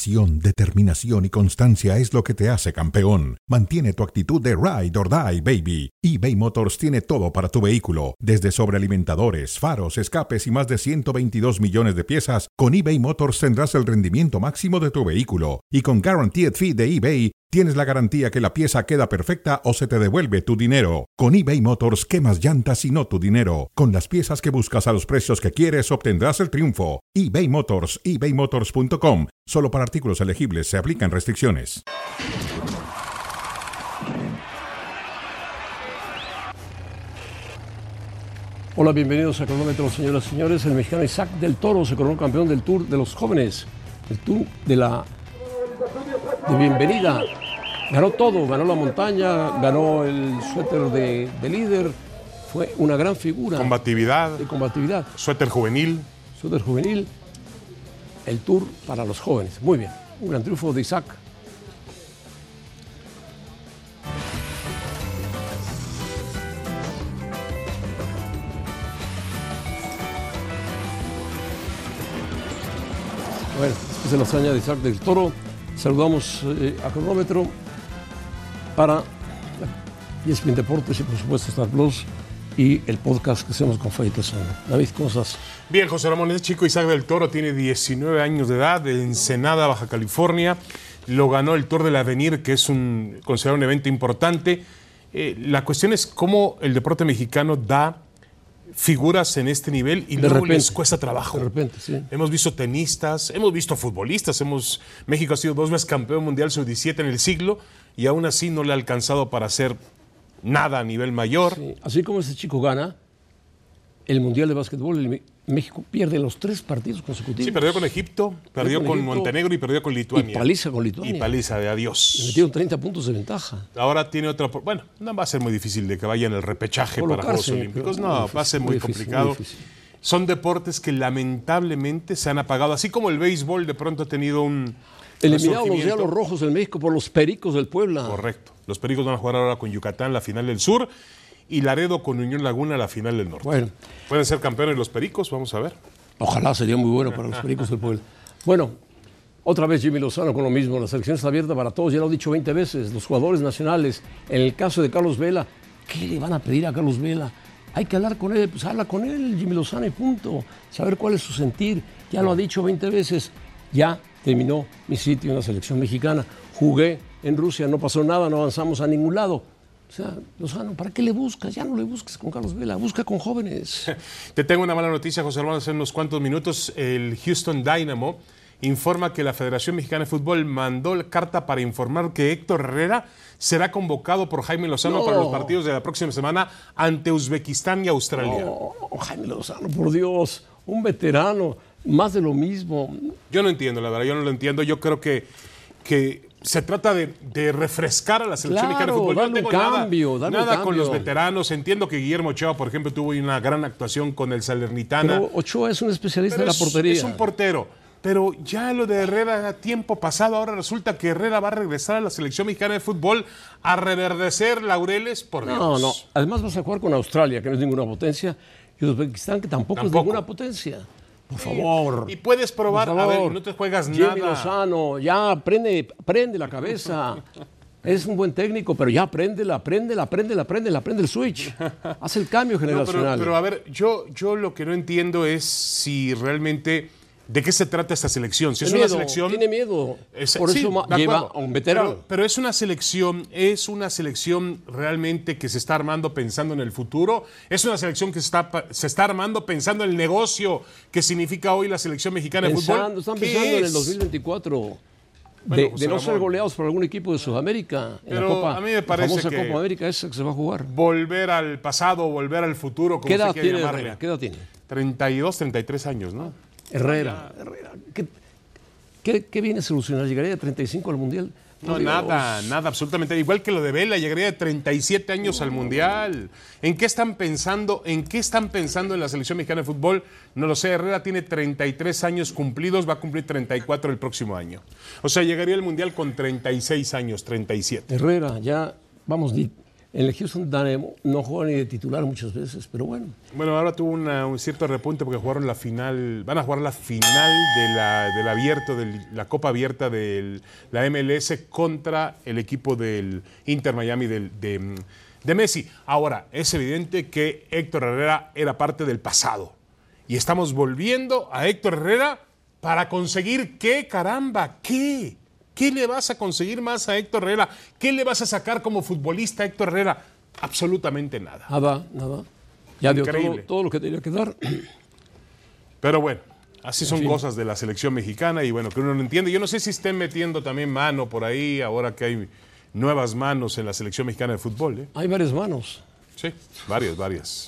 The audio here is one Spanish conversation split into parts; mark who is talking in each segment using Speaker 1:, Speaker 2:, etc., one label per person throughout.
Speaker 1: Pasión, determinación y constancia es lo que te hace campeón. Mantiene tu actitud de ride or die, baby. eBay Motors tiene todo para tu vehículo, desde sobrealimentadores, faros, escapes y más de 122 millones de piezas. Con eBay Motors tendrás el rendimiento máximo de tu vehículo. Y con Guaranteed Fee de eBay, tienes la garantía que la pieza queda perfecta o se te devuelve tu dinero. Con eBay Motors, quemas llantas y no tu dinero. Con las piezas que buscas a los precios que quieres, obtendrás el triunfo. eBay Motors, ebaymotors.com. Solo para artículos elegibles se aplican restricciones.
Speaker 2: Hola, bienvenidos a Cronómetro, señoras y señores. El mexicano Isaac del Toro se coronó campeón del Tour de los Jóvenes, el Tour de bienvenida. Ganó todo, ganó la montaña, ganó el suéter de líder. Fue una gran figura.
Speaker 3: Combatividad.
Speaker 2: De combatividad.
Speaker 3: Suéter juvenil.
Speaker 2: Suéter juvenil. El Tour para los jóvenes. Muy bien. Un gran triunfo de Isaac. Bueno, después de la hazaña de Isaac del Toro, saludamos a Cronómetro para ESPN Deportes y por supuesto Star Plus y el podcast que hacemos con Fay Persona. David, ¿cómo estás?
Speaker 3: Bien, José Ramón, este chico Isaac del Toro tiene 19 años de edad, de Ensenada, Baja California. Lo ganó el Tour del Avenir, que es considerado un evento importante. La cuestión es cómo el deporte mexicano da figuras en este nivel y luego les cuesta trabajo.
Speaker 2: De repente, sí.
Speaker 3: Hemos visto tenistas, hemos visto futbolistas, México ha sido 2 veces campeón mundial sub-17 en el siglo y aún así no le ha alcanzado para hacer nada a nivel mayor.
Speaker 2: Sí. Así como este chico gana el Mundial de Básquetbol, México pierde los 3 partidos consecutivos.
Speaker 3: Sí, perdió con Egipto, perdió con Montenegro y perdió con Lituania.
Speaker 2: Y paliza con Lituania.
Speaker 3: Y paliza de adiós.
Speaker 2: Le metieron 30 puntos de ventaja.
Speaker 3: Ahora tiene otra... Bueno, no va a ser muy difícil de que vaya en el repechaje para Juegos Olímpicos. No, difícil, va a ser muy complicado. Muy son deportes que lamentablemente se han apagado. Así como el béisbol de pronto ha tenido un...
Speaker 2: Eliminaron los Diablos Rojos en México por los Pericos del Puebla.
Speaker 3: Correcto. Los Pericos van a jugar ahora con Yucatán la final del sur y Laredo con Unión Laguna la final del norte.
Speaker 2: Bueno.
Speaker 3: Pueden ser campeones los Pericos, vamos a ver.
Speaker 2: Ojalá, sería muy bueno para los Pericos del Puebla. Bueno, otra vez Jimmy Lozano con lo mismo. La selección está abierta para todos, ya lo he dicho 20 veces. Los jugadores nacionales, en el caso de Carlos Vela, ¿qué le van a pedir a Carlos Vela? Hay que hablar con él, pues habla con él, Jimmy Lozano y punto. Saber cuál es su sentir. Ya lo ha dicho 20 veces. Ya terminó mi sitio en la selección mexicana. Jugué en Rusia, no pasó nada, no avanzamos a ningún lado. O sea, Lozano, ¿para qué le buscas? Ya no le busques con Carlos Vela, busca con jóvenes.
Speaker 3: Te tengo una mala noticia, José Hermano, hace unos cuantos minutos. El Houston Dynamo informa que la Federación Mexicana de Fútbol mandó la carta para informar que Héctor Herrera será convocado por Jaime Lozano para los partidos de la próxima semana ante Uzbekistán y Australia.
Speaker 2: No, Jaime Lozano, por Dios, un veterano, más de lo mismo.
Speaker 3: Yo no entiendo, la verdad, yo no lo entiendo. Yo creo que se trata de refrescar a la selección mexicana de fútbol.
Speaker 2: Yo no tengo nada
Speaker 3: con los veteranos. Entiendo que Guillermo Ochoa, por ejemplo, tuvo una gran actuación con el Salernitana.
Speaker 2: Pero Ochoa es un especialista en la portería.
Speaker 3: Es un portero. Pero ya lo de Herrera, tiempo pasado, ahora resulta que Herrera va a regresar a la selección mexicana de fútbol a reverdecer laureles, por Dios.
Speaker 2: No. Además vas a jugar con Australia, que no es ninguna potencia, y Uzbekistán, que tampoco es ninguna potencia. Por favor.
Speaker 3: Y puedes probar, a ver, no te juegas
Speaker 2: Jimmy
Speaker 3: nada.
Speaker 2: Lozano, ya prende la cabeza. Es un buen técnico, pero ya prende el switch. Haz el cambio generacional.
Speaker 3: Pero a ver, yo lo que no entiendo es si realmente... ¿De qué se trata esta selección? Si es una selección...
Speaker 2: Tiene miedo. Por eso lleva a un veterano.
Speaker 3: Pero es una selección realmente que se está armando pensando en el futuro. Es una selección que se está armando pensando en el negocio que significa hoy la selección mexicana de fútbol.
Speaker 2: Están pensando en el 2024. De no ser goleados por algún equipo de Sudamérica. En la Copa,
Speaker 3: a mí me parece
Speaker 2: la famosa Copa América esa que se va a jugar.
Speaker 3: Volver al pasado, volver al futuro, como
Speaker 2: ¿Qué edad
Speaker 3: se quiere
Speaker 2: tiene
Speaker 3: llamarle.
Speaker 2: Herrera? ¿Qué edad tiene?
Speaker 3: 32, 33 años, ¿no?
Speaker 2: Herrera. ¿Qué viene a solucionar? ¿Llegaría de 35 al Mundial?
Speaker 3: No, nada, absolutamente. Igual que lo de Vela, llegaría de 37 años al Mundial. ¿En qué están pensando en la selección mexicana de fútbol? No lo sé, Herrera tiene 33 años cumplidos, va a cumplir 34 el próximo año. O sea, llegaría al Mundial con 36 años, 37.
Speaker 2: Herrera, ya, vamos, En el Houston Dynamo no juega ni de titular muchas veces, pero bueno.
Speaker 3: Bueno, ahora tuvo un cierto repunte porque jugaron la final, van a jugar la final del abierto, de la Copa Abierta de la MLS contra el equipo del Inter Miami de Messi. Ahora, es evidente que Héctor Herrera era parte del pasado y estamos volviendo a Héctor Herrera para conseguir ¿qué, caramba? ¿Qué? ¿Qué le vas a conseguir más a Héctor Herrera? ¿Qué le vas a sacar como futbolista a Héctor Herrera? Absolutamente nada.
Speaker 2: Nada. Ya dio todo lo que tenía que dar.
Speaker 3: Pero bueno, así son cosas de la selección mexicana y bueno, que uno no entiende. Yo no sé si estén metiendo también mano por ahí, ahora que hay nuevas manos en la selección mexicana de fútbol. ¿Eh?
Speaker 2: Hay varias manos.
Speaker 3: Sí, varias.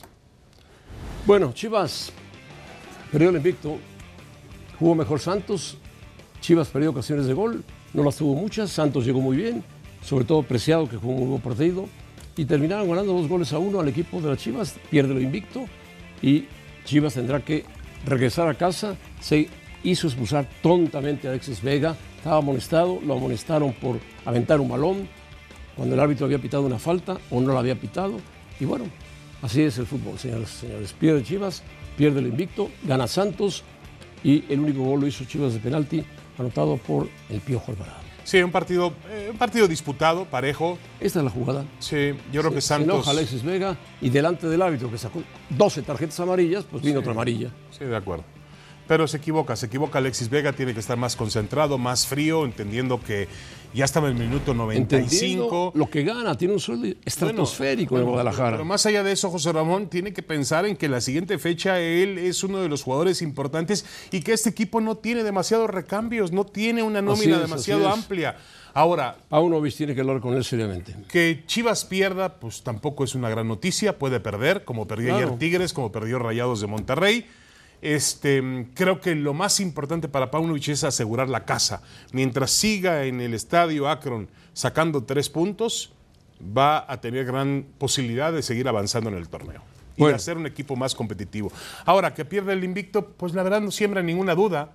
Speaker 2: Bueno, Chivas perdió el invicto. Jugó mejor Santos. Chivas perdió ocasiones de gol. No las tuvo muchas, Santos llegó muy bien, sobre todo Preciado, que jugó un muy buen partido, y terminaron ganando 2-1 al equipo de las Chivas, pierde lo invicto, y Chivas tendrá que regresar a casa. Se hizo expulsar tontamente a Alexis Vega, estaba amonestado, lo amonestaron por aventar un balón, cuando el árbitro había pitado una falta, o no la había pitado, y bueno, así es el fútbol, señores. Pierde Chivas, pierde el invicto, gana Santos, y el único gol lo hizo Chivas de penalti, anotado por el Piojo Alvarado.
Speaker 3: Sí, un partido disputado, parejo.
Speaker 2: Esta es la jugada.
Speaker 3: Sí, yo creo que Santos...
Speaker 2: Se enoja Alexis Vega y delante del árbitro que sacó 12 tarjetas amarillas, pues vino otra amarilla.
Speaker 3: Sí, de acuerdo. Pero se equivoca Alexis Vega, tiene que estar más concentrado, más frío, entendiendo que ya estaba en el minuto 95.
Speaker 2: Entendiendo lo que gana, tiene un sueldo estratosférico en Guadalajara.
Speaker 3: Pero más allá de eso, José Ramón tiene que pensar en que la siguiente fecha él es uno de los jugadores importantes y que este equipo no tiene demasiados recambios, no tiene una nómina demasiado amplia. Ahora,
Speaker 2: Paunovic tiene que hablar con él seriamente.
Speaker 3: Que Chivas pierda, pues tampoco es una gran noticia, puede perder, como perdió ayer Tigres, como perdió Rayados de Monterrey. Creo que lo más importante para Paunovic es asegurar la casa. Mientras siga en el estadio Akron sacando 3 puntos, va a tener gran posibilidad de seguir avanzando en el torneo y de hacer un equipo más competitivo. Ahora, que pierda el invicto, pues la verdad no siembra ninguna duda.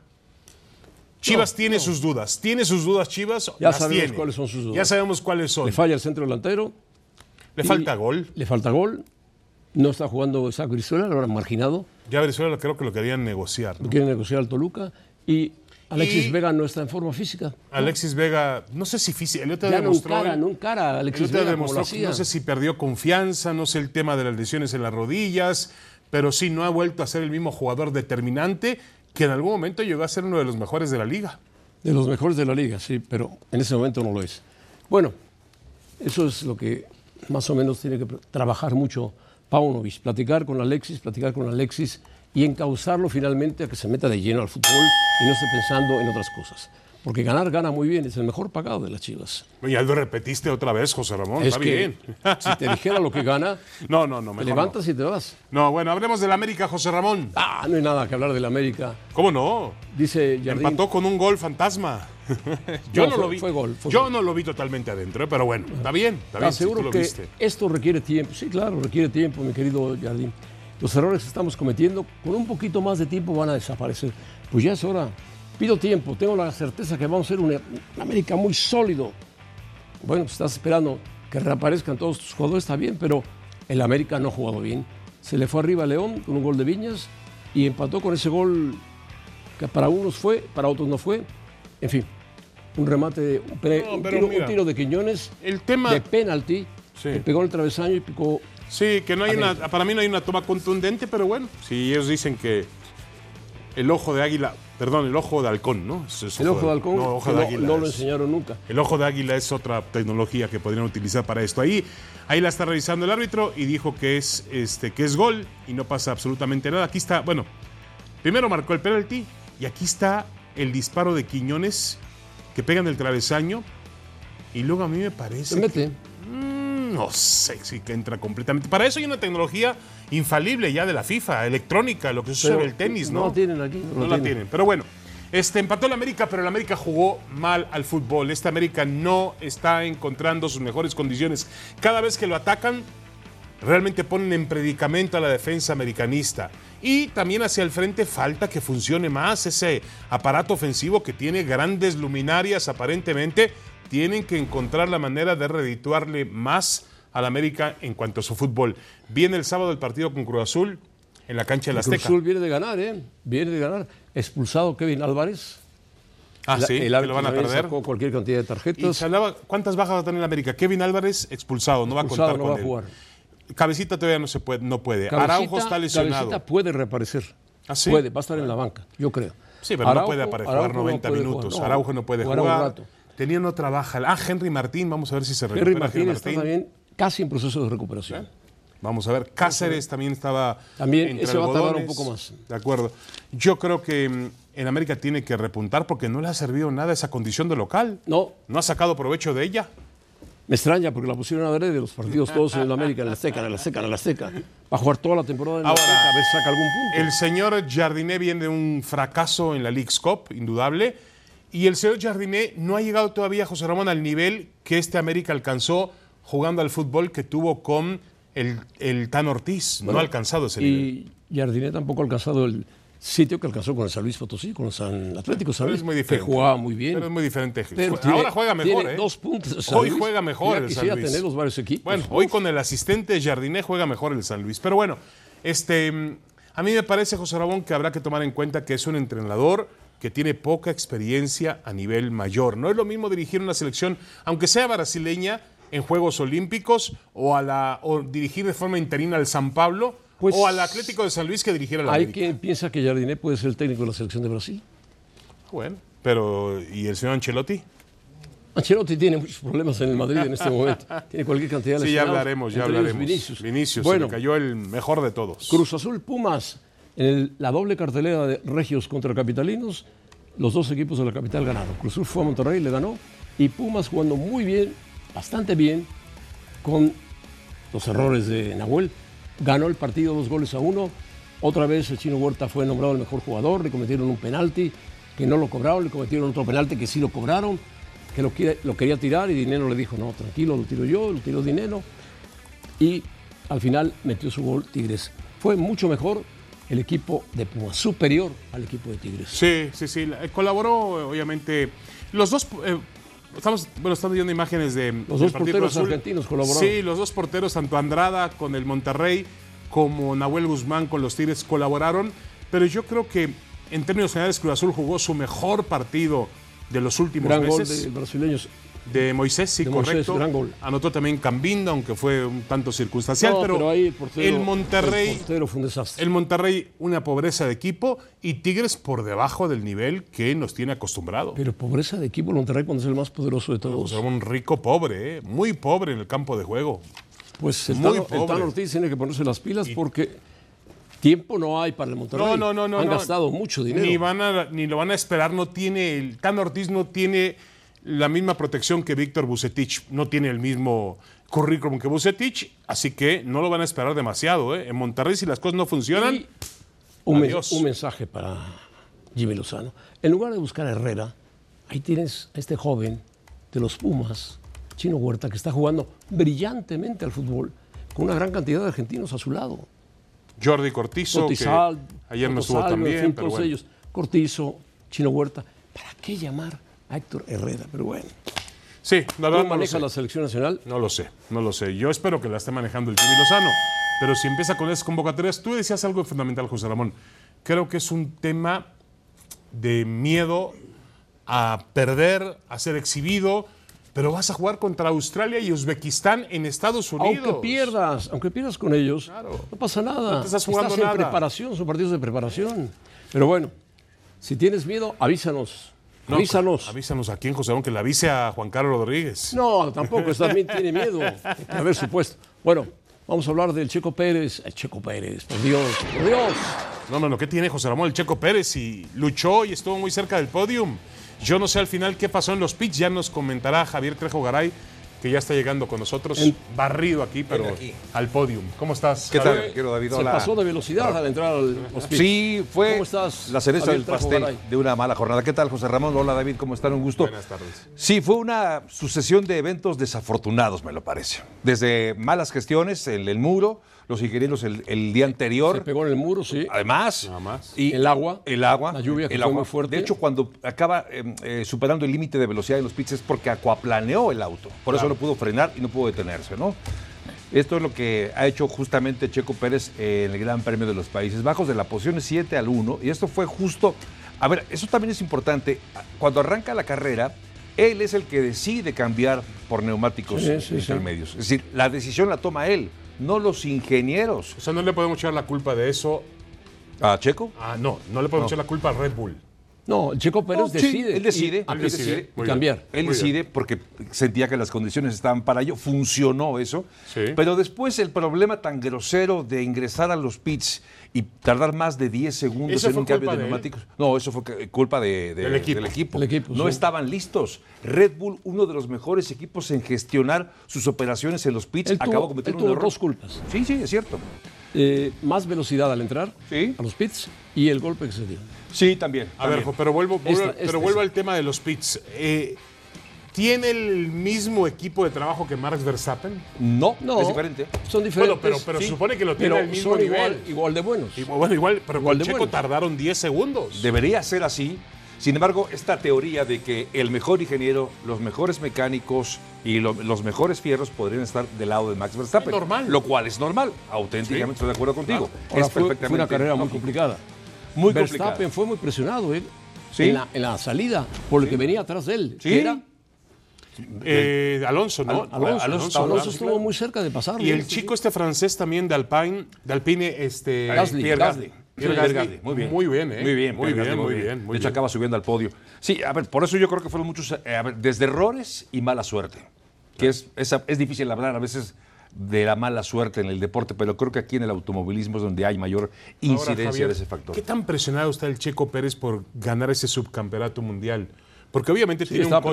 Speaker 3: Chivas tiene sus dudas. Tiene sus dudas Chivas.
Speaker 2: Ya sabemos cuáles son sus dudas.
Speaker 3: Ya sabemos cuáles son.
Speaker 2: Le falla el centro delantero.
Speaker 3: Le falta gol.
Speaker 2: Le falta gol. No está jugando Isaac Brizuela, lo han marginado.
Speaker 3: Ya Brizuela creo que lo querían negociar, ¿no?
Speaker 2: Lo quieren negociar al Toluca. Y Alexis Vega no está en forma física.
Speaker 3: Alexis Vega, no sé si física. El otro
Speaker 2: ya
Speaker 3: demostró.
Speaker 2: No encara Alexis Vega como lo hacía.
Speaker 3: No sé si perdió confianza, no sé el tema de las lesiones en las rodillas, pero sí no ha vuelto a ser el mismo jugador determinante que en algún momento llegó a ser uno de los mejores de la liga.
Speaker 2: De los mejores de la liga, sí, pero en ese momento no lo es. Bueno, eso es lo que más o menos tiene que trabajar mucho Paunovic, platicar con Alexis y encauzarlo finalmente a que se meta de lleno al fútbol y no esté pensando en otras cosas. Porque gana muy bien, es el mejor pagado de las Chivas.
Speaker 3: Ya lo repetiste otra vez, José Ramón, está bien.
Speaker 2: Si te dijera lo que gana,
Speaker 3: mejor
Speaker 2: te levantas y te vas.
Speaker 3: No, bueno, hablemos del América, José Ramón.
Speaker 2: No hay nada que hablar del América.
Speaker 3: ¿Cómo no?
Speaker 2: Dice Jardín.
Speaker 3: Empató con un gol fantasma. Yo no lo vi.
Speaker 2: Fue gol.
Speaker 3: Yo no lo vi totalmente adentro, pero bueno, está bien.
Speaker 2: Seguro que esto requiere tiempo. Sí, claro, requiere tiempo, mi querido Jardín. Los errores que estamos cometiendo, con un poquito más de tiempo van a desaparecer. Pues ya es hora. Pido tiempo, tengo la certeza que vamos a ser un América muy sólido. Bueno, pues estás esperando que reaparezcan todos tus jugadores, está bien, pero el América no ha jugado bien. Se le fue arriba a León con un gol de Viñas y empató con ese gol que para unos fue, para otros no fue. En fin, un remate, un tiro de Quiñones, de penalti, que pegó en el travesaño y picó.
Speaker 3: Sí, que no hay para mí no hay una toma contundente, pero bueno, si ellos dicen que el ojo de águila, perdón, el ojo de halcón, ¿no?
Speaker 2: El ojo de halcón no lo enseñaron nunca.
Speaker 3: El ojo de águila es otra tecnología que podrían utilizar para esto. Ahí la está revisando el árbitro y dijo que es gol y no pasa absolutamente nada. Aquí está, bueno, primero marcó el penalti y aquí está el disparo de Quiñones que pega en el travesaño y luego a mí me parece
Speaker 2: se mete.
Speaker 3: No sé si que entra completamente. Para eso hay una tecnología infalible ya de la FIFA, electrónica, lo que sucede en el tenis, ¿no?
Speaker 2: No la tienen aquí.
Speaker 3: No la tienen. Pero bueno, empató el América, pero el América jugó mal al fútbol. América no está encontrando sus mejores condiciones. Cada vez que lo atacan, realmente ponen en predicamento a la defensa americanista. Y también hacia el frente falta que funcione más ese aparato ofensivo que tiene grandes luminarias aparentemente. Tienen que encontrar la manera de redituarle más al América en cuanto a su fútbol. Viene el sábado el partido con Cruz Azul en la cancha del Azteca.
Speaker 2: Cruz Azul viene de ganar, viene de ganar. Expulsado Kevin Álvarez.
Speaker 3: Sí, que lo van a perder.
Speaker 2: Sacó cualquier cantidad de tarjetas.
Speaker 3: Y se hablaba, ¿cuántas bajas va a tener el América? Kevin Álvarez expulsado, no va a contar con él.
Speaker 2: Jugar.
Speaker 3: Cabecita todavía no puede. Araujo está lesionado.
Speaker 2: Cabecita puede reaparecer.
Speaker 3: ¿Ah, sí?
Speaker 2: Puede, va a estar en la banca, yo creo.
Speaker 3: Sí, pero Araujo, no puede jugar 90 minutos. No, Araujo no puede jugar. Tenían otra baja. Henry Martín, vamos a ver si se recupera.
Speaker 2: Henry Martín está también casi en proceso de recuperación.
Speaker 3: Vamos a ver. Cáceres también estaba.
Speaker 2: También ese va a tardar un poco más.
Speaker 3: De acuerdo. Yo creo que en América tiene que repuntar porque no le ha servido nada esa condición de local.
Speaker 2: No.
Speaker 3: No ha sacado provecho de ella.
Speaker 2: Me extraña porque la pusieron a ver de los partidos todos en el América, en la Azteca. Va a jugar toda la temporada en la Azteca, a ver si saca algún punto.
Speaker 3: El señor Jardiné viene de un fracaso en la Leagues Cup, indudable. Y el señor Jardiné no ha llegado todavía, José Ramón, al nivel que este América alcanzó jugando al fútbol que tuvo con el Tan Ortiz. Bueno, no ha alcanzado ese nivel.
Speaker 2: Y Jardiné tampoco ha alcanzado el sitio que alcanzó con el San Luis Potosí, con el San Atlético San Luis,
Speaker 3: es muy diferente,
Speaker 2: que jugaba muy bien.
Speaker 3: Pero es muy diferente.
Speaker 2: Pero
Speaker 3: ahora juega mejor.
Speaker 2: Tiene 2 puntos.
Speaker 3: Hoy juega mejor el San
Speaker 2: quisiera
Speaker 3: Luis.
Speaker 2: tener los varios equipos.
Speaker 3: Bueno, hoy con el asistente Jardiné juega mejor el San Luis. Pero bueno, a mí me parece, José Ramón, que habrá que tomar en cuenta que es un entrenador que tiene poca experiencia a nivel mayor. No es lo mismo dirigir una selección, aunque sea brasileña, en Juegos Olímpicos o dirigir de forma interina al San Pablo o al Atlético de San Luis que dirigir al América.
Speaker 2: Hay quien piensa que Jardiné puede ser el técnico de la selección de Brasil.
Speaker 3: Bueno, pero ¿y el señor Ancelotti?
Speaker 2: Ancelotti tiene muchos problemas en el Madrid en este momento. Tiene cualquier cantidad de
Speaker 3: lesionados. Sí, ya hablaremos. Vinicius, bueno, se le cayó el mejor de todos.
Speaker 2: Cruz Azul Pumas, en la doble cartelera de Regios contra Capitalinos, los dos equipos de la capital ganaron. Cruz Azul fue a Monterrey, le ganó, y Pumas jugando muy bien, bastante bien, con los errores de Nahuel, ganó el partido 2-1. Otra vez el Chino Huerta fue nombrado el mejor jugador, le cometieron un penalti que no lo cobraron, le cometieron otro penalti que sí lo cobraron, que lo quería tirar y Dinero le dijo, no, tranquilo, lo tiro yo, lo tiró Dinero. Y al final metió su gol Tigres. Fue mucho mejor el equipo de Pumas, superior al equipo de Tigres.
Speaker 3: Sí. Colaboró, obviamente, los dos... Estamos viendo imágenes de
Speaker 2: los dos porteros argentinos colaboraron.
Speaker 3: Sí, los dos porteros, tanto Andrada con el Monterrey como Nahuel Guzmán con los Tigres colaboraron, pero yo creo que en términos generales Cruz Azul jugó su mejor partido de los últimos meses.
Speaker 2: Gran gol de brasileños.
Speaker 3: De Moisés, sí, correcto.
Speaker 2: Moisés, gran gol.
Speaker 3: Anotó también Cambinda, aunque fue un tanto circunstancial, pero
Speaker 2: ahí
Speaker 3: el Monterrey,
Speaker 2: el portero fue un desastre.
Speaker 3: El Monterrey, una pobreza de equipo, y Tigres por debajo del nivel que nos tiene acostumbrado.
Speaker 2: Pero pobreza de equipo, el Monterrey cuando es el más poderoso de todos.
Speaker 3: Un rico pobre, muy pobre en el campo de juego.
Speaker 2: Pues el Tan Ortiz tiene que ponerse las pilas porque tiempo no hay para el Monterrey.
Speaker 3: No.
Speaker 2: Han gastado mucho dinero.
Speaker 3: Ni lo van a esperar. El Tan Ortiz no tiene la misma protección que Víctor Vucetich, no tiene el mismo currículum que Vucetich, así que no lo van a esperar demasiado. En Monterrey, si las cosas no funcionan,
Speaker 2: y un mensaje para Jimmy Lozano. En lugar de buscar a Herrera, ahí tienes a este joven de los Pumas, Chino Huerta, que está jugando brillantemente al fútbol, con una gran cantidad de argentinos a su lado.
Speaker 3: Jordi Cortizo, que ayer no estuvo tan bien, pero
Speaker 2: todos ellos. Cortizo, Chino Huerta. ¿Para qué llamar a Héctor Herrera? Pero bueno.
Speaker 3: Sí, la verdad.
Speaker 2: ¿Cómo maneja la selección nacional?
Speaker 3: No lo sé. Yo espero que la esté manejando el Jimmy Lozano. Pero si empieza con esas convocatorias, tú decías algo fundamental, José Ramón. Creo que es un tema de miedo a perder, a ser exhibido, pero vas a jugar contra Australia y Uzbekistán en Estados Unidos.
Speaker 2: Aunque pierdas con ellos, claro, no pasa nada.
Speaker 3: No te estás jugando
Speaker 2: en preparación, son partidos de preparación. Pero bueno, si tienes miedo, avísanos.
Speaker 3: Avísanos a quién, José Ramón, que le avise a Juan Carlos Rodríguez.
Speaker 2: No, tampoco, también tiene miedo. A ver, supuesto. Bueno, vamos a hablar del Checo Pérez. El Checo Pérez, por Dios.
Speaker 3: No, ¿qué tiene José Ramón el Checo Pérez? Y luchó y estuvo muy cerca del podium. Yo no sé al final qué pasó en los pits, ya nos comentará Javier Trejo Garay, que ya está llegando con nosotros, barrido aquí, pero al podium. ¿Cómo estás,
Speaker 4: ¿Qué
Speaker 3: Javier?
Speaker 4: tal, querido David?
Speaker 2: Se pasó de velocidad al entrar al hospital.
Speaker 4: Sí, fue
Speaker 2: ¿Cómo estás,
Speaker 4: la cereza
Speaker 2: Javier
Speaker 4: del
Speaker 2: Trejo
Speaker 4: pastel
Speaker 2: Garay?
Speaker 4: de una mala jornada. ¿Qué tal, José Ramón? Hola, David, ¿cómo están? Un gusto.
Speaker 3: Buenas tardes.
Speaker 4: Sí, fue una sucesión de eventos desafortunados, me lo parece. Desde malas gestiones, el muro, los ingenieros el día anterior.
Speaker 2: Se pegó en el muro, sí.
Speaker 4: Además.
Speaker 3: Nada más.
Speaker 4: Y
Speaker 2: el agua.
Speaker 4: La
Speaker 2: lluvia que fue muy fuerte.
Speaker 4: De hecho, cuando acaba superando el límite de velocidad en los pits es porque acuaplaneó el auto. Por eso no pudo frenar y no pudo detenerse, ¿no? Esto es lo que ha hecho justamente Checo Pérez en el Gran Premio de los Países Bajos, de la posición 7 al 1, y esto fue justo... A ver, eso también es importante. Cuando arranca la carrera, él es el que decide cambiar por neumáticos intermedios. Es decir, la decisión la toma él, no los ingenieros.
Speaker 3: O sea, no le podemos echar la culpa de eso.
Speaker 4: ¿A Checo?
Speaker 3: No le podemos echar la culpa a Red Bull.
Speaker 2: No, Checo Pérez decide.
Speaker 4: Él decide.
Speaker 3: Él decide
Speaker 2: cambiar.
Speaker 4: Él decide porque sentía que las condiciones estaban para ello, funcionó eso, pero después el problema tan grosero de ingresar a los pits y tardar más de 10 segundos en un cambio de neumáticos. No, eso fue culpa del equipo. No estaban listos. Red Bull, uno de los mejores equipos en gestionar sus operaciones en los pits, acabó cometiendo un error.
Speaker 2: Dos culpas.
Speaker 4: Sí, es cierto.
Speaker 2: Más velocidad al entrar a los pits y el golpe que se dio.
Speaker 4: Sí, también.
Speaker 3: A ver, pero vuelvo al tema de los pits. ¿Tiene el mismo equipo de trabajo que Max Verstappen?
Speaker 4: No, es diferente.
Speaker 2: Son diferentes.
Speaker 3: Bueno, pero se supone que lo tiene al mismo nivel.
Speaker 2: Igual de buenos.
Speaker 3: Pero con Checo tardaron 10 segundos.
Speaker 4: Debería ser así. Sin embargo, esta teoría de que el mejor ingeniero, los mejores mecánicos y los mejores fierros podrían estar del lado de Max Verstappen.
Speaker 3: Es normal.
Speaker 4: Lo cual es normal. Auténticamente estoy de acuerdo contigo.
Speaker 2: Ahora, fue una carrera muy complicada.
Speaker 4: Muy
Speaker 2: Verstappen fue muy presionado en la salida por el que venía atrás de él.
Speaker 4: Sí.
Speaker 3: Alonso, ¿no?
Speaker 2: Alonso estuvo muy cerca de pasarlo.
Speaker 3: Y el chico francés también de Alpine,
Speaker 2: Pierre Gasly.
Speaker 4: Muy bien.
Speaker 3: Muy bien.
Speaker 4: De hecho, acaba subiendo al podio. Sí, a ver, por eso yo creo que fueron muchos, desde errores y mala suerte. Que es difícil hablar a veces de la mala suerte en el deporte, pero creo que aquí en el automovilismo es donde hay mayor incidencia. Javier, de ese factor.
Speaker 3: ¿Qué tan presionado está el Checo Pérez por ganar ese subcampeonato mundial? Porque obviamente tiene un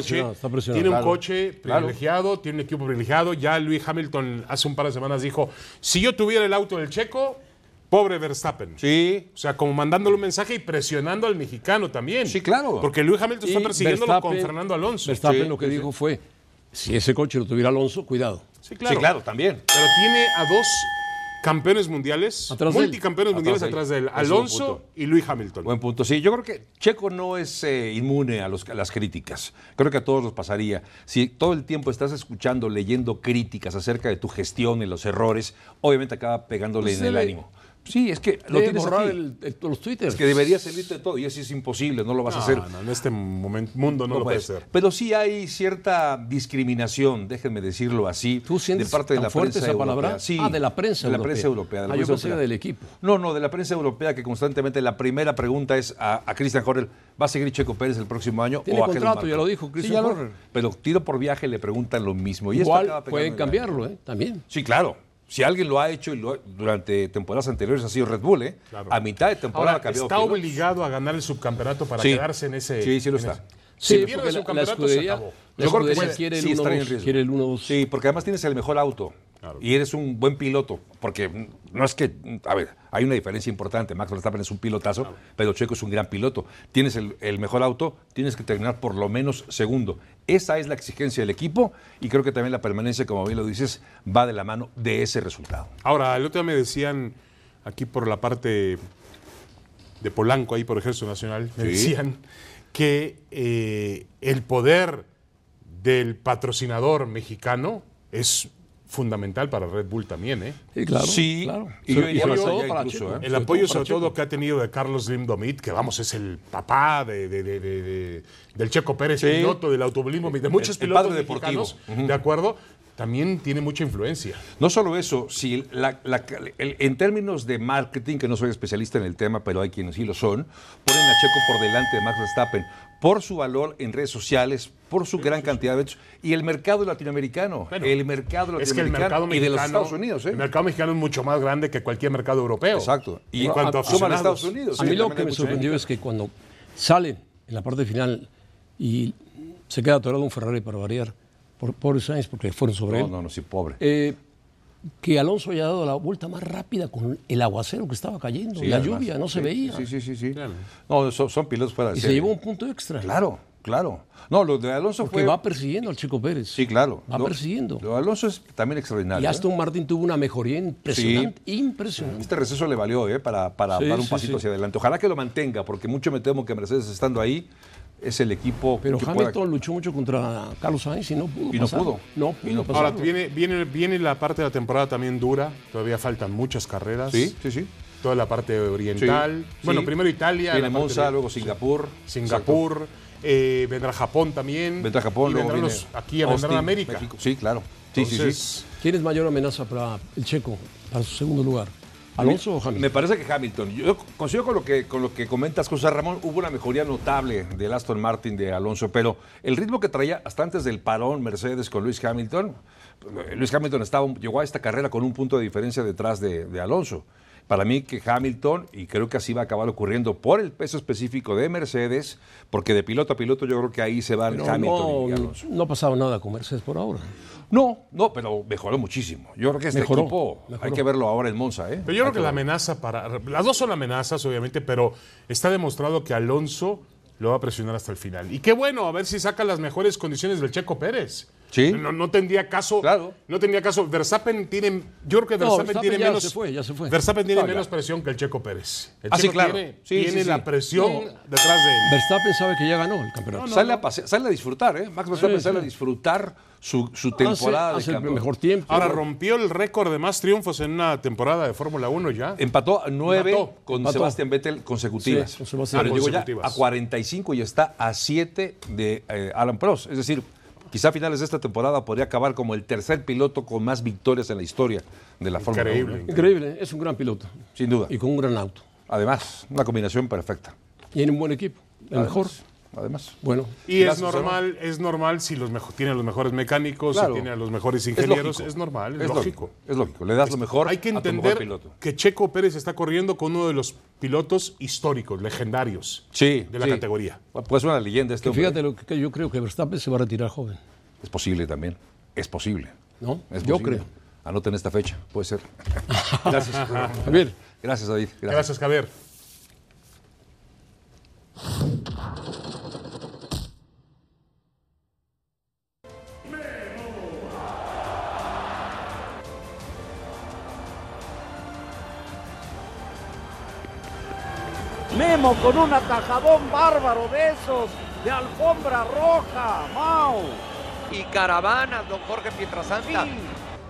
Speaker 3: coche privilegiado, tiene un equipo privilegiado. Ya Lewis Hamilton hace un par de semanas dijo, si yo tuviera el auto del Checo, pobre Verstappen.
Speaker 4: Sí.
Speaker 3: O sea, como mandándole un mensaje y presionando al mexicano también.
Speaker 4: Sí, claro.
Speaker 3: Porque Lewis Hamilton está persiguiéndolo con Fernando Alonso.
Speaker 2: Verstappen lo que dijo fue, si ese coche lo tuviera Alonso, cuidado.
Speaker 3: Sí, claro,
Speaker 4: también.
Speaker 3: Pero tiene a dos campeones mundiales, multicampeones mundiales atrás de él, Alonso y Lewis Hamilton.
Speaker 4: Buen punto. Sí, yo creo que Checo no es inmune a las críticas. Creo que a todos nos pasaría. Si todo el tiempo estás escuchando, leyendo críticas acerca de tu gestión y los errores, obviamente acaba pegándole en el ánimo. Sí, es que lo tienes
Speaker 2: borrar
Speaker 4: aquí.
Speaker 2: Los twitters.
Speaker 4: Es que deberías salirte de todo y eso es imposible, no lo vas a hacer.
Speaker 3: No, en este mundo no lo puedes hacer.
Speaker 4: Pero sí hay cierta discriminación, déjenme decirlo así,
Speaker 2: de parte de la prensa
Speaker 4: esa
Speaker 2: palabra.
Speaker 4: Sí,
Speaker 2: de la prensa
Speaker 4: de
Speaker 2: europea.
Speaker 4: La prensa europea.
Speaker 2: Yo pensé del equipo.
Speaker 4: No, de la prensa europea que constantemente la primera pregunta es a Christian Horner, ¿va a seguir Checo Pérez el próximo año?
Speaker 2: Tiene
Speaker 4: o a
Speaker 2: contrato, ya lo dijo Christian Horner.
Speaker 4: Pero tiro por viaje le preguntan lo mismo. Y
Speaker 2: igual pueden cambiarlo, también.
Speaker 4: Sí, claro. Si alguien lo ha hecho durante temporadas anteriores ha sido Red Bull, Claro. A mitad de temporada ha cambiado.
Speaker 3: Está obligado a ganar el subcampeonato para quedarse en ese.
Speaker 4: Sí, lo está.
Speaker 3: Si pierde el subcampeonato, se acabó.
Speaker 2: Yo creo que quiere el 1-2.
Speaker 4: Sí, porque además tienes el mejor auto. Claro. Y eres un buen piloto, porque no es que, a ver, hay una diferencia importante. Max Verstappen es un pilotazo, claro, pero Checo es un gran piloto. Tienes el mejor auto, tienes que terminar por lo menos segundo. Esa es la exigencia del equipo y creo que también la permanencia, como bien lo dices, va de la mano de ese resultado.
Speaker 3: Ahora, el otro día me decían, aquí por la parte de Polanco, ahí por Ejército Nacional, me decían que el poder del patrocinador mexicano es fundamental para Red Bull también,
Speaker 2: Sí, claro.
Speaker 4: Sí,
Speaker 2: claro.
Speaker 4: Y
Speaker 3: el apoyo sobre todo que ha tenido de Carlos Slim Domit, que vamos, es el papá del Checo Pérez, piloto del automovilismo, de muchos pilotos mexicanos, ¿de acuerdo? También tiene mucha influencia.
Speaker 4: No solo eso, si en términos de marketing, que no soy especialista en el tema, pero hay quienes sí lo son, ponen a Checo por delante de Max Verstappen, por su valor en redes sociales, por su gran cantidad de eventos, y el mercado latinoamericano,
Speaker 3: bueno,
Speaker 4: el mercado latinoamericano y de los Estados Unidos.
Speaker 3: El mercado mexicano es mucho más grande que cualquier mercado europeo.
Speaker 4: Exacto.
Speaker 3: Y en cuanto a
Speaker 4: Estados Unidos.
Speaker 2: A mí lo que me sorprendió es que cuando sale en la parte final y se queda atorado un Ferrari para variar, pobre Sainz, porque fueron sobre él.
Speaker 4: Sí, pobre.
Speaker 2: Que Alonso haya dado la vuelta más rápida con el aguacero que estaba cayendo, la lluvia, no se veía.
Speaker 4: Sí. Claro. No, son pilotos fuera de
Speaker 2: serie. Y se llevó un punto extra.
Speaker 4: Claro. No, lo de Alonso
Speaker 2: porque va persiguiendo al Checo Pérez.
Speaker 4: Sí, claro.
Speaker 2: Va persiguiendo.
Speaker 4: Lo de Alonso es también extraordinario.
Speaker 2: Y Aston Martin tuvo una mejoría impresionante. Impresionante.
Speaker 4: Este receso le valió para dar un pasito hacia adelante. Ojalá que lo mantenga, porque mucho me temo que Mercedes estando ahí es el equipo
Speaker 2: pero
Speaker 4: que
Speaker 2: Hamilton luchó mucho contra Carlos Sainz y no pudo pasar. No pudo pasar.
Speaker 3: Ahora, viene la parte de la temporada también dura. Todavía faltan muchas carreras.
Speaker 4: Sí.
Speaker 3: Toda la parte oriental.
Speaker 4: Sí,
Speaker 3: bueno,
Speaker 4: sí.
Speaker 3: primero Italia.
Speaker 4: Viene Monza, luego Singapur.
Speaker 3: Vendrá Japón también.
Speaker 4: Vendrá Japón,
Speaker 3: y
Speaker 4: luego
Speaker 3: vendrán
Speaker 4: viene
Speaker 3: aquí, vendrán
Speaker 4: Austin,
Speaker 3: América.
Speaker 4: México. Sí, claro. Sí.
Speaker 2: ¿Quién es mayor amenaza para el checo, para su segundo lugar? ¿Alonso o Hamilton?
Speaker 4: Me parece que Hamilton. Yo coincido con lo que comentas, José Ramón. Hubo una mejoría notable del Aston Martin de Alonso, pero el ritmo que traía hasta antes del parón Mercedes con Lewis Hamilton llegó a esta carrera con un punto de diferencia detrás de Alonso. Para mí que Hamilton, y creo que así va a acabar ocurriendo por el peso específico de Mercedes, porque de piloto a piloto yo creo que ahí se van Hamilton y Alonso.
Speaker 2: No ha pasado nada con Mercedes por ahora.
Speaker 4: No, pero mejoró muchísimo. Yo creo que este equipo hay que verlo ahora en Monza.
Speaker 3: Pero yo creo que la amenaza las dos son amenazas, obviamente, pero está demostrado que Alonso lo va a presionar hasta el final. Y qué bueno, a ver si saca las mejores condiciones del Checo Pérez.
Speaker 4: Sí.
Speaker 3: No tendría caso.
Speaker 4: Claro.
Speaker 3: No tendría caso. Verstappen tiene. Yo creo que Verstappen tiene menos.
Speaker 2: Ya se fue.
Speaker 3: Verstappen tiene menos presión que el Checo Pérez. El Checo
Speaker 4: claro.
Speaker 3: tiene la presión detrás de él.
Speaker 2: Verstappen sabe que ya ganó el campeonato.
Speaker 4: Sale a disfrutar, ¿eh? Max Verstappen sale a disfrutar su temporada
Speaker 2: hace
Speaker 4: de
Speaker 2: el
Speaker 4: campeón.
Speaker 2: mejor tiempo.
Speaker 3: Ahora rompió el récord de más triunfos en una temporada de Fórmula 1 ya.
Speaker 4: Empató a 9 con
Speaker 2: Empató.
Speaker 4: Sebastian Vettel consecutivas.
Speaker 2: Sí, con Sebastián
Speaker 4: Pero llegó ya
Speaker 3: consecutivas.
Speaker 4: a 45 y está a 7 de Alan Prost. Es decir, quizá a finales de esta temporada podría acabar como el tercer piloto con más victorias en la historia de la Fórmula 1.
Speaker 2: Increíble, es un gran piloto.
Speaker 4: Sin duda.
Speaker 2: Y con un gran auto.
Speaker 4: Además, una combinación perfecta.
Speaker 2: Y tiene un buen equipo, el mejor.
Speaker 4: Además.
Speaker 2: Bueno.
Speaker 3: Y es normal si tiene a los mejores mecánicos,
Speaker 4: Claro.
Speaker 3: si tiene a los mejores ingenieros,
Speaker 4: lógico.
Speaker 3: es normal, es lógico.
Speaker 4: Es lógico, le das lo mejor
Speaker 3: Hay que
Speaker 4: a tu mejor
Speaker 3: entender
Speaker 4: piloto.
Speaker 3: que Checo Pérez está corriendo con uno de los pilotos históricos, legendarios de la categoría.
Speaker 4: Pues una leyenda este hombre.
Speaker 2: Fíjate lo que yo creo que Verstappen se va a retirar joven.
Speaker 4: Es posible también. Es posible.
Speaker 2: ¿No?
Speaker 4: Es
Speaker 2: Yo
Speaker 4: posible.
Speaker 2: creo.
Speaker 4: Anoten esta fecha, puede ser. Gracias.
Speaker 2: Javier.
Speaker 4: Gracias, David.
Speaker 3: Gracias, Javier.
Speaker 5: Memo con un atajadón bárbaro de esos, de alfombra roja, Mau.
Speaker 6: Y caravanas, don Jorge Pietrasanta.
Speaker 5: Sí.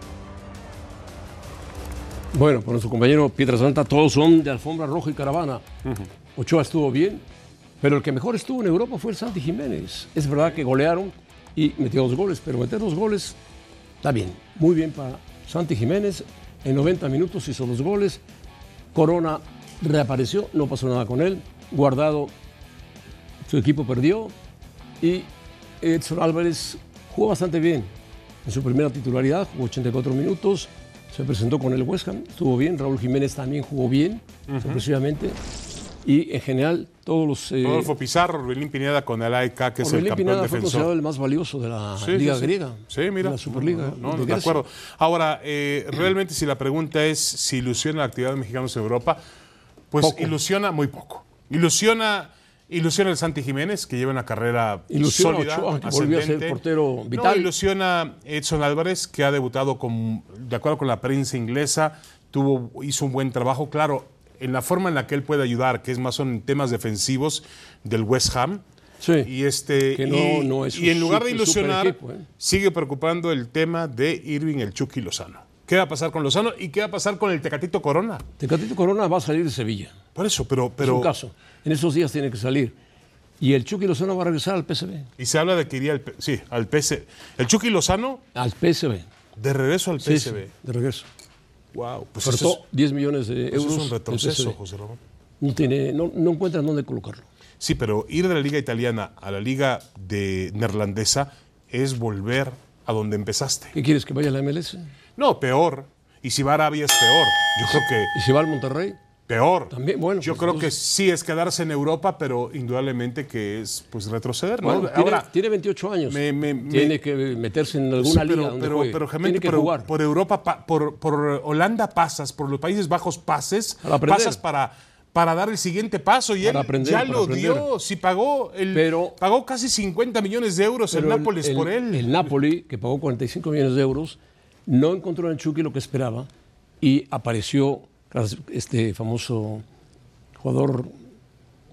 Speaker 2: Bueno, por nuestro compañero Pietrasanta, todos son de alfombra roja y caravana. Ochoa estuvo bien, pero el que mejor estuvo en Europa fue el Santi Jiménez. Es verdad que golearon y metió 2 goles, pero meter 2 goles está bien, muy bien para Santi Jiménez. En 90 minutos hizo 2 goles. Corona reapareció, no pasó nada con él. Guardado, su equipo perdió. Y Edson Álvarez jugó bastante bien en su primera titularidad, jugó 84 minutos. Se presentó con el West Ham, estuvo bien. Raúl Jiménez también jugó bien, sorpresivamente. Y en general, todos los.
Speaker 3: Rodolfo Pizarro, Orbelín Pineda con el AEK, que es el
Speaker 2: Orbelín
Speaker 3: campeón
Speaker 2: Pineda fue
Speaker 3: defensor.
Speaker 2: considerado el más valioso de la Liga griega.
Speaker 3: Sí, mira.
Speaker 2: De la Superliga.
Speaker 3: De acuerdo. Ahora, realmente, si la pregunta es si ilusiona la actividad de mexicanos en Europa, pues
Speaker 2: Poco.
Speaker 3: Ilusiona muy poco. Ilusiona el Santi Jiménez, que lleva una carrera
Speaker 2: Ilusiona
Speaker 3: sólida,
Speaker 2: Ochoa, que volvió a ser
Speaker 3: ascendente.
Speaker 2: portero vital.
Speaker 3: No, ilusiona Edson Álvarez, que ha debutado de acuerdo con la prensa inglesa, hizo un buen trabajo. Claro, en la forma en la que él puede ayudar, que es más son temas defensivos del West Ham.
Speaker 2: Sí,
Speaker 3: Y
Speaker 2: no es
Speaker 3: y en lugar de
Speaker 2: super
Speaker 3: ilusionar,
Speaker 2: equipo,
Speaker 3: sigue preocupando el tema de Irving el Chucky Lozano. ¿Qué va a pasar con Lozano y qué va a pasar con el Tecatito Corona?
Speaker 2: Tecatito Corona va a salir de Sevilla.
Speaker 3: Por eso, pero
Speaker 2: Es un caso. En esos días tiene que salir. Y el Chucky Lozano va a regresar al PSV.
Speaker 3: y se habla de que iría al PSV. El Chucky Lozano
Speaker 2: Al PSV.
Speaker 3: de regreso al
Speaker 2: Sí,
Speaker 3: PSV.
Speaker 2: sí, de regreso.
Speaker 3: Wow, pues
Speaker 2: Ofertó
Speaker 3: eso
Speaker 2: 10 millones de
Speaker 3: es
Speaker 2: euros.
Speaker 3: un retroceso,
Speaker 2: el PSV.
Speaker 3: José Ramón.
Speaker 2: No encuentran dónde colocarlo.
Speaker 3: Sí, pero ir de la liga italiana a la liga neerlandesa es volver a donde empezaste.
Speaker 2: ¿Qué quieres, que vaya a la MLS?
Speaker 3: No, peor. Y si va a Arabia es peor. Yo creo que
Speaker 2: ¿Y si va al Monterrey?
Speaker 3: peor.
Speaker 2: También, bueno,
Speaker 3: Yo
Speaker 2: pues
Speaker 3: creo
Speaker 2: entonces-
Speaker 3: que sí es quedarse en Europa, pero indudablemente que es pues retroceder, ¿no?
Speaker 2: Bueno,
Speaker 3: Ahora,
Speaker 2: tiene 28 años.
Speaker 3: me-
Speaker 2: Tiene que meterse en alguna
Speaker 3: sí,
Speaker 2: liga donde juegue.
Speaker 3: Germán,
Speaker 2: Tiene que jugar.
Speaker 3: por Europa, por Holanda pasas, por los Países Bajos
Speaker 2: Para aprender.
Speaker 3: pasas para dar el siguiente paso y
Speaker 2: Para
Speaker 3: él
Speaker 2: aprender,
Speaker 3: ya
Speaker 2: para
Speaker 3: lo
Speaker 2: aprender.
Speaker 3: dio. Si pagó
Speaker 2: Pero-
Speaker 3: pagó casi 50 millones de euros el
Speaker 2: Pero
Speaker 3: Nápoles por él.
Speaker 2: El Napoli, que pagó 45 millones de euros, no encontró en el Chucky lo que esperaba y apareció este famoso jugador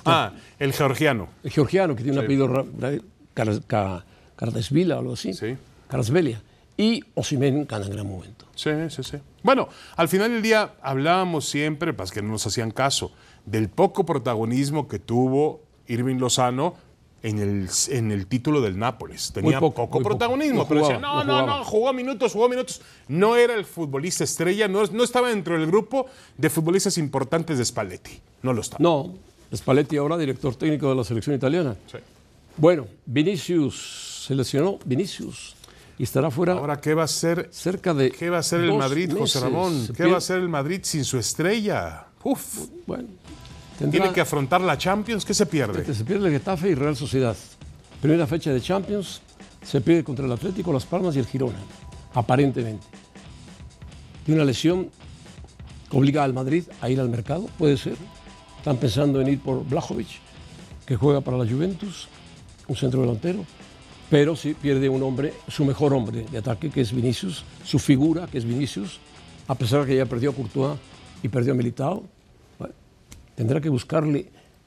Speaker 3: El georgiano.
Speaker 2: El georgiano, que tiene un apellido Kardasvila o algo así.
Speaker 3: Sí.
Speaker 2: Kardasvelia. Y Osimhen gana en gran momento.
Speaker 3: Sí. Bueno, al final del día hablábamos siempre, pues que no nos hacían caso, del poco protagonismo que tuvo Irving Lozano en el título del Nápoles. Tenía poco protagonismo,
Speaker 2: no
Speaker 3: pero
Speaker 2: jugaba,
Speaker 3: decía, no, jugó minutos. No era el futbolista estrella, no estaba dentro del grupo de futbolistas importantes de Spalletti. No lo estaba.
Speaker 2: No, Spalletti ahora director técnico de la selección italiana.
Speaker 3: Sí.
Speaker 2: Bueno, Vinicius, se lesionó Vinicius y estará fuera.
Speaker 3: Ahora, ¿qué va a hacer?
Speaker 2: ¿Qué
Speaker 3: va a hacer el Madrid, José Ramón? ¿Qué va a hacer el Madrid sin su estrella? Uf.
Speaker 2: Bueno.
Speaker 3: Tiene que afrontar la Champions. ¿Qué se pierde?
Speaker 2: Se pierde el Getafe y Real Sociedad. Primera fecha de Champions, se pierde contra el Atlético, Las Palmas y el Girona, aparentemente. Tiene una lesión que obliga al Madrid a ir al mercado, puede ser. Están pensando en ir por Blajovic, que juega para la Juventus, un centro delantero. Pero sí pierde un hombre, su mejor hombre de ataque, que es Vinicius, su figura, que es Vinicius, a pesar de que ya perdió a Courtois y perdió a Militao. Tendrá que buscarle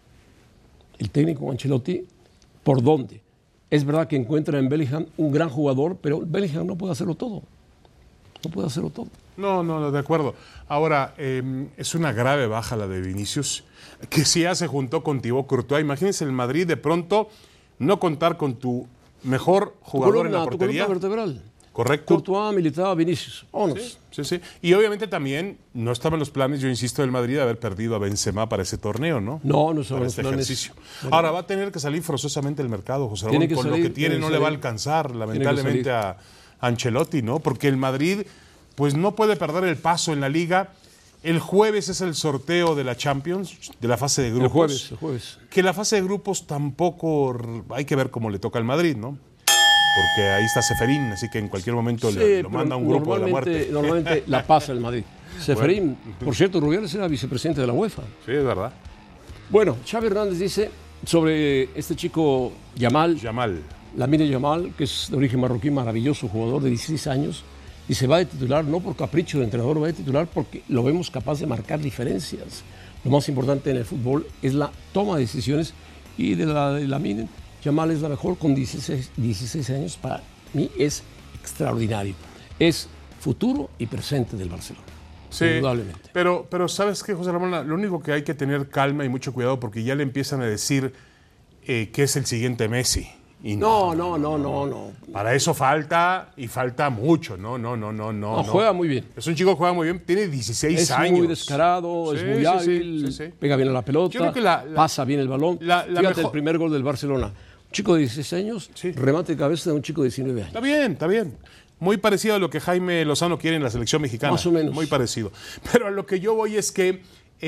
Speaker 2: el técnico Ancelotti por dónde. Es verdad que encuentra en Bellingham un gran jugador, pero Bellingham no puede hacerlo todo. No puede hacerlo todo.
Speaker 3: No, de acuerdo. Ahora, es una grave baja la de Vinicius, que si ya se juntó con Thibaut Courtois. Imagínense el Madrid de pronto no contar con tu mejor jugador en la portería.
Speaker 2: Tu columna vertebral.
Speaker 3: Correcto.
Speaker 2: Courtois, Militao, Vinicius. Vámonos.
Speaker 3: Sí. Y obviamente también no estaba en los planes, yo insisto, del Madrid haber perdido a Benzema para ese torneo, ¿no?
Speaker 2: No estaba
Speaker 3: para
Speaker 2: en los
Speaker 3: este ejercicio. Ahora va a tener que salir forzosamente el mercado, José Ramón. Con lo que tiene no le va a alcanzar, lamentablemente, a Ancelotti, ¿no? Porque el Madrid, pues no puede perder el paso en la Liga. El jueves es el sorteo de la Champions, de la fase de grupos.
Speaker 2: El jueves.
Speaker 3: Que la fase de grupos tampoco hay que ver cómo le toca al Madrid, ¿no? Porque ahí está Seferín, así que en cualquier momento lo manda a un grupo de la muerte.
Speaker 2: Normalmente la pasa el Madrid. Seferín, por cierto, Rubiales era vicepresidente de la UEFA.
Speaker 3: Sí, es verdad.
Speaker 2: Bueno, Xavi Hernández dice sobre este chico Yamal, Lamine Yamal, que es de origen marroquí, maravilloso jugador de 16 años, y se va de titular no por capricho de entrenador, va de titular porque lo vemos capaz de marcar diferencias. Lo más importante en el fútbol es la toma de decisiones, y de la de Lamine Yamal es la mejor con 16 años. Para mí es extraordinario. Es futuro y presente del Barcelona.
Speaker 3: Sí,
Speaker 2: indudablemente.
Speaker 3: Pero ¿sabes qué, José Ramón? Lo único que hay que tener calma y mucho cuidado, porque ya le empiezan a decir que es el siguiente Messi. Y
Speaker 2: no.
Speaker 3: Para eso falta mucho. No,
Speaker 2: juega muy bien.
Speaker 3: Es un chico que juega muy bien, tiene 16 años.
Speaker 2: Es muy descarado, es muy hábil, pega bien a la pelota,
Speaker 3: yo creo que
Speaker 2: pasa bien el balón. Fíjate el primer gol del Barcelona. Un chico de 16 años, remate de cabeza de un chico de 19 años.
Speaker 3: Está bien. Muy parecido a lo que Jaime Lozano quiere en la selección mexicana.
Speaker 2: Más o menos.
Speaker 3: Muy parecido. Pero a lo que yo voy es que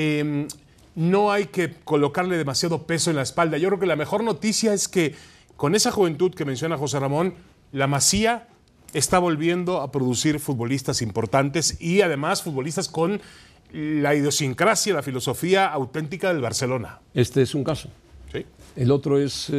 Speaker 3: no hay que colocarle demasiado peso en la espalda. Yo creo que la mejor noticia es que con esa juventud que menciona José Ramón, la Masía está volviendo a producir futbolistas importantes y además futbolistas con la idiosincrasia, la filosofía auténtica del Barcelona.
Speaker 2: Este es un caso.
Speaker 3: Sí.
Speaker 2: El otro es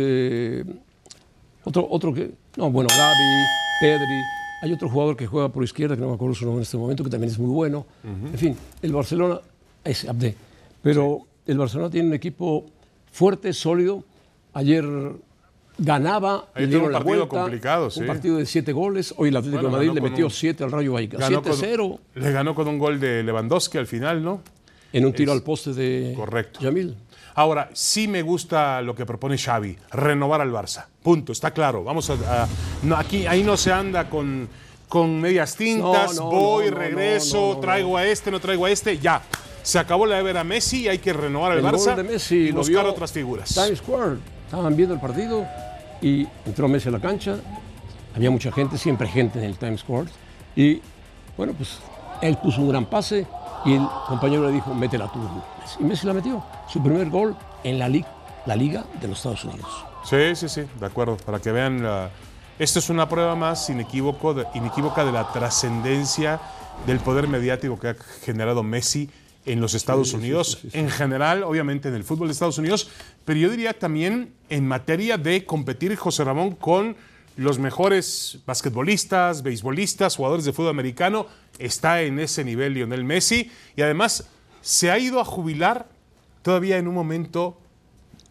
Speaker 2: otro que... No, bueno, Gavi, Pedri. Hay otro jugador que juega por izquierda, que no me acuerdo su nombre en este momento, que también es muy bueno. En fin, el Barcelona es Abde. Pero el Barcelona tiene un equipo fuerte, sólido. Ayer ganaba, le dieron la vuelta.
Speaker 3: Complicado,
Speaker 2: un partido de 7 goles. Hoy el Atlético de Madrid le metió 7 al Rayo Vallecano. 7-0.
Speaker 3: Le ganó con un gol de Lewandowski al final, ¿no?
Speaker 2: En un tiro al poste de Yamil.
Speaker 3: Ahora, sí me gusta lo que propone Xavi, renovar al Barça. Punto, está claro. Vamos ahí no se anda con medias tintas, regreso, traigo a este, no traigo a este, ya. Se acabó la era Messi, hay que renovar al Barça
Speaker 2: de Messi,
Speaker 3: y buscar otras figuras.
Speaker 2: Times Square, estaban viendo el partido y entró Messi a la cancha. Había mucha gente, siempre gente en el Times Square. Y bueno, pues él puso un gran pase y el compañero le dijo, métela tú. Y Messi la metió. Su primer gol en la Liga de los Estados Unidos.
Speaker 3: Sí, de acuerdo. Para que vean, esto es una prueba más inequívoca de la trascendencia del poder mediático que ha generado Messi en los Estados Unidos, en general, obviamente en el fútbol de Estados Unidos, pero yo diría también en materia de competir, José Ramón, con los mejores basquetbolistas, beisbolistas, jugadores de fútbol americano. Está en ese nivel Lionel Messi y además se ha ido a jubilar todavía en un momento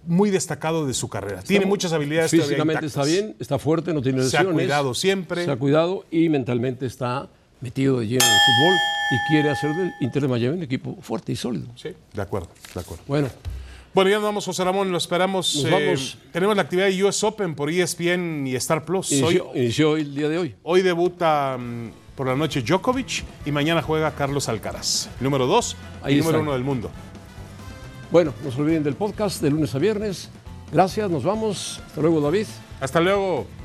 Speaker 3: muy destacado de su carrera. Tiene muchas habilidades.
Speaker 2: Físicamente está bien, está fuerte, no tiene lesiones.
Speaker 3: Se ha cuidado siempre.
Speaker 2: Se ha cuidado y mentalmente está metido de lleno en el fútbol y quiere hacer del Inter de Miami un equipo fuerte y sólido.
Speaker 3: Sí, de acuerdo, de acuerdo.
Speaker 2: Bueno,
Speaker 3: ya nos vamos, José Ramón, lo esperamos.
Speaker 2: Nos vamos.
Speaker 3: Tenemos la actividad de US Open por ESPN y Star Plus.
Speaker 2: Inició hoy, el día de hoy.
Speaker 3: Hoy debuta por la noche Djokovic y mañana juega Carlos Alcaraz, número 2 y número 1 del mundo.
Speaker 2: Bueno, no se olviden del podcast de lunes a viernes. Gracias, nos vamos. Hasta luego, David.
Speaker 3: Hasta luego.